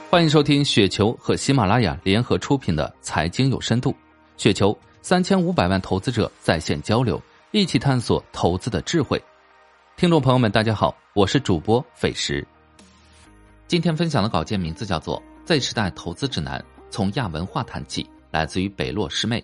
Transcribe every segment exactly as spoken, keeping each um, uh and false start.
欢迎收听雪球和喜马拉雅联合出品的财经有深度。雪球三千五百万投资者在线交流，一起探索投资的智慧。听众朋友们大家好，我是主播斐石。今天分享的稿件名字叫做 Z 时代投资指南，从亚文化谈起，来自于北洛师妹。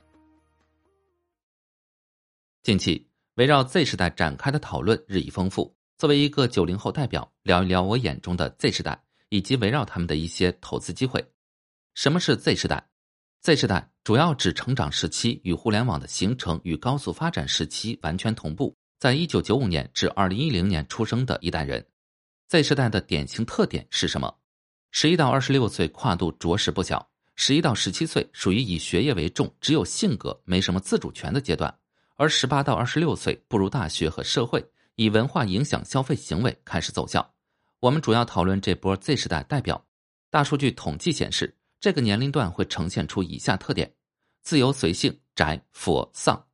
近期围绕 Z 时代展开的讨论日益丰富，作为一个九零后代表，聊一聊我眼中的 Z 时代以及围绕他们的一些投资机会。什么是 Z 时代？ Z 时代主要指成长时期与互联网的形成与高速发展时期完全同步，在一九九五年至二零一零年出生的一代人。 Z 时代的典型特点是什么？十一到二十六岁跨度着实不小，十一到十七岁属于以学业为重，只有性格没什么自主权的阶段，而十八到二十六岁步入大学和社会，以文化影响消费行为开始奏效。我们主要讨论这波 Z 时代代表。大数据统计显示，这个年龄段会呈现出以下特点：自由随性、宅、佛、丧。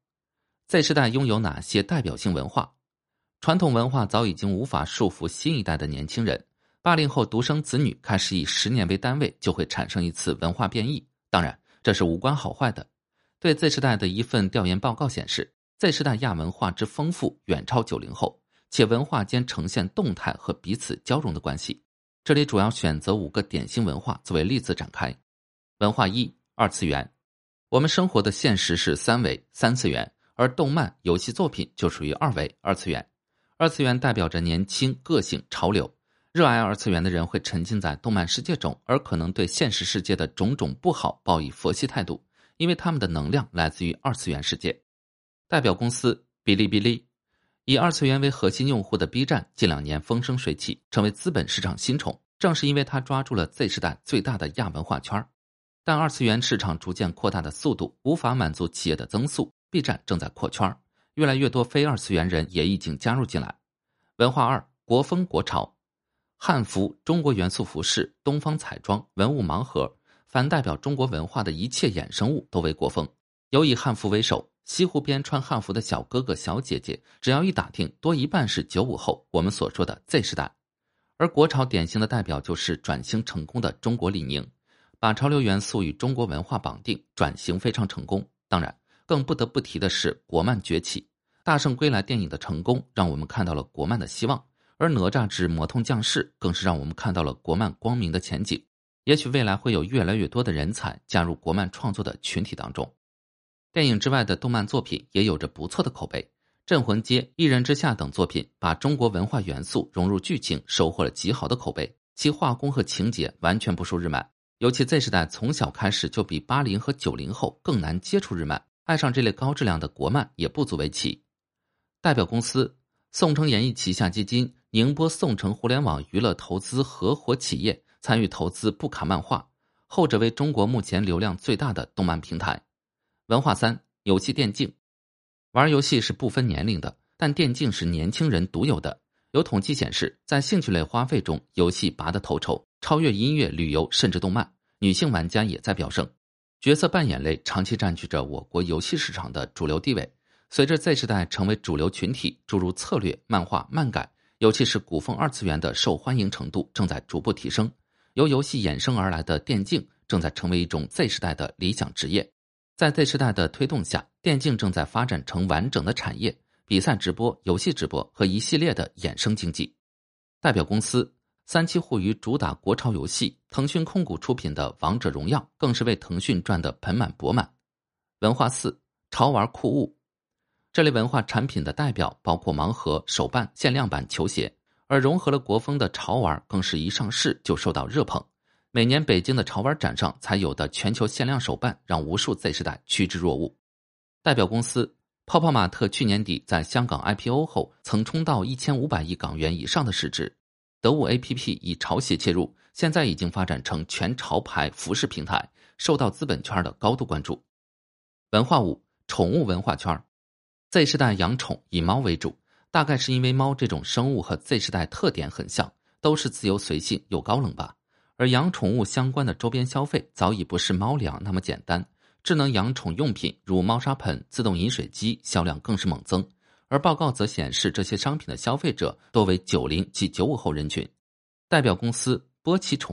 Z 时代拥有哪些代表性文化？传统文化早已经无法束缚新一代的年轻人，八零后独生子女开始以十年为单位，就会产生一次文化变异。当然，这是无关好坏的。对 Z 时代的一份调研报告显示， Z 时代亚文化之丰富远超九零后，且文化间呈现动态和彼此交融的关系。这里主要选择五个典型文化作为例子展开。文化一，二次元。我们生活的现实是三维、三次元，而动漫、游戏作品就属于二维、二次元。二次元代表着年轻、个性、潮流。热爱二次元的人会沉浸在动漫世界中，而可能对现实世界的种种不好抱以佛系态度，因为他们的能量来自于二次元世界。代表公司哔哩哔哩。以二次元为核心用户的 B 站近两年风生水起，成为资本市场新宠，正是因为它抓住了 Z 时代最大的亚文化圈。但二次元市场逐渐扩大的速度无法满足企业的增速， B 站正在扩圈，越来越多非二次元人也已经加入进来。文化二，国风国潮。汉服、中国元素服饰、东方彩妆、文物盲盒，凡代表中国文化的一切衍生物都为国风。有以汉服为首，西湖边穿汉服的小哥哥小姐姐，只要一打听，多一半是九五后，我们所说的 Z 时代。而国潮典型的代表就是转型成功的中国李宁，把潮流元素与中国文化绑定，转型非常成功。当然，更不得不提的是国漫崛起。大圣归来电影的成功，让我们看到了国漫的希望，而哪吒之魔童降世更是让我们看到了国漫光明的前景。也许未来会有越来越多的人才加入国漫创作的群体当中。电影之外的动漫作品也有着不错的口碑，《镇魂街》、《一人之下》等作品把中国文化元素融入剧情，收获了极好的口碑，其画工和情节完全不输日漫。尤其 Z 时代从小开始就比八零和九零后更难接触日漫，爱上这类高质量的国漫也不足为奇。代表公司宋城演艺旗下基金宁波宋城互联网娱乐投资合伙企业参与投资布卡漫画，后者为中国目前流量最大的动漫平台。文化三，游戏电竞。玩游戏是不分年龄的，但电竞是年轻人独有的。有统计显示，在兴趣类花费中，游戏拔得头筹，超越音乐、旅游甚至动漫，女性玩家也在飙升。角色扮演类长期占据着我国游戏市场的主流地位。随着 Z 时代成为主流群体，诸如策略、漫画、漫改，尤其是古风二次元的受欢迎程度正在逐步提升。由游戏衍生而来的电竞正在成为一种 Z 时代的理想职业。在 Z 时代的推动下，电竞正在发展成完整的产业，比赛直播、游戏直播和一系列的衍生经济。代表公司三七互娱主打国潮游戏，腾讯控股出品的《王者荣耀》更是为腾讯赚得盆满钵满。文化四，潮玩酷物。这类文化产品的代表包括盲盒、手办、限量版球鞋，而融合了国风的潮玩更是一上市就受到热捧。每年北京的潮玩展上才有的全球限量手办，让无数 Z 时代趋之若鹜。代表公司泡泡玛特去年底在香港 I P O 后，曾冲到一千五百亿港元以上的市值。得物 A P P 以潮鞋切入，现在已经发展成全潮牌服饰平台，受到资本圈的高度关注。文化五，宠物文化圈。Z 时代养宠以猫为主，大概是因为猫这种生物和 Z 时代特点很像，都是自由随性又高冷吧。而养宠物相关的周边消费早已不是猫粮那么简单，智能养宠用品如猫砂盆、自动饮水机销量更是猛增，而报告则显示这些商品的消费者多为九零及九五后人群。代表公司波奇宠物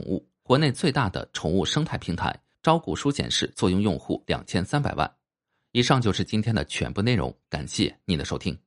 国内最大的宠物生态平台招股书显示，坐拥用户两千三百万。以上就是今天的全部内容，感谢您的收听。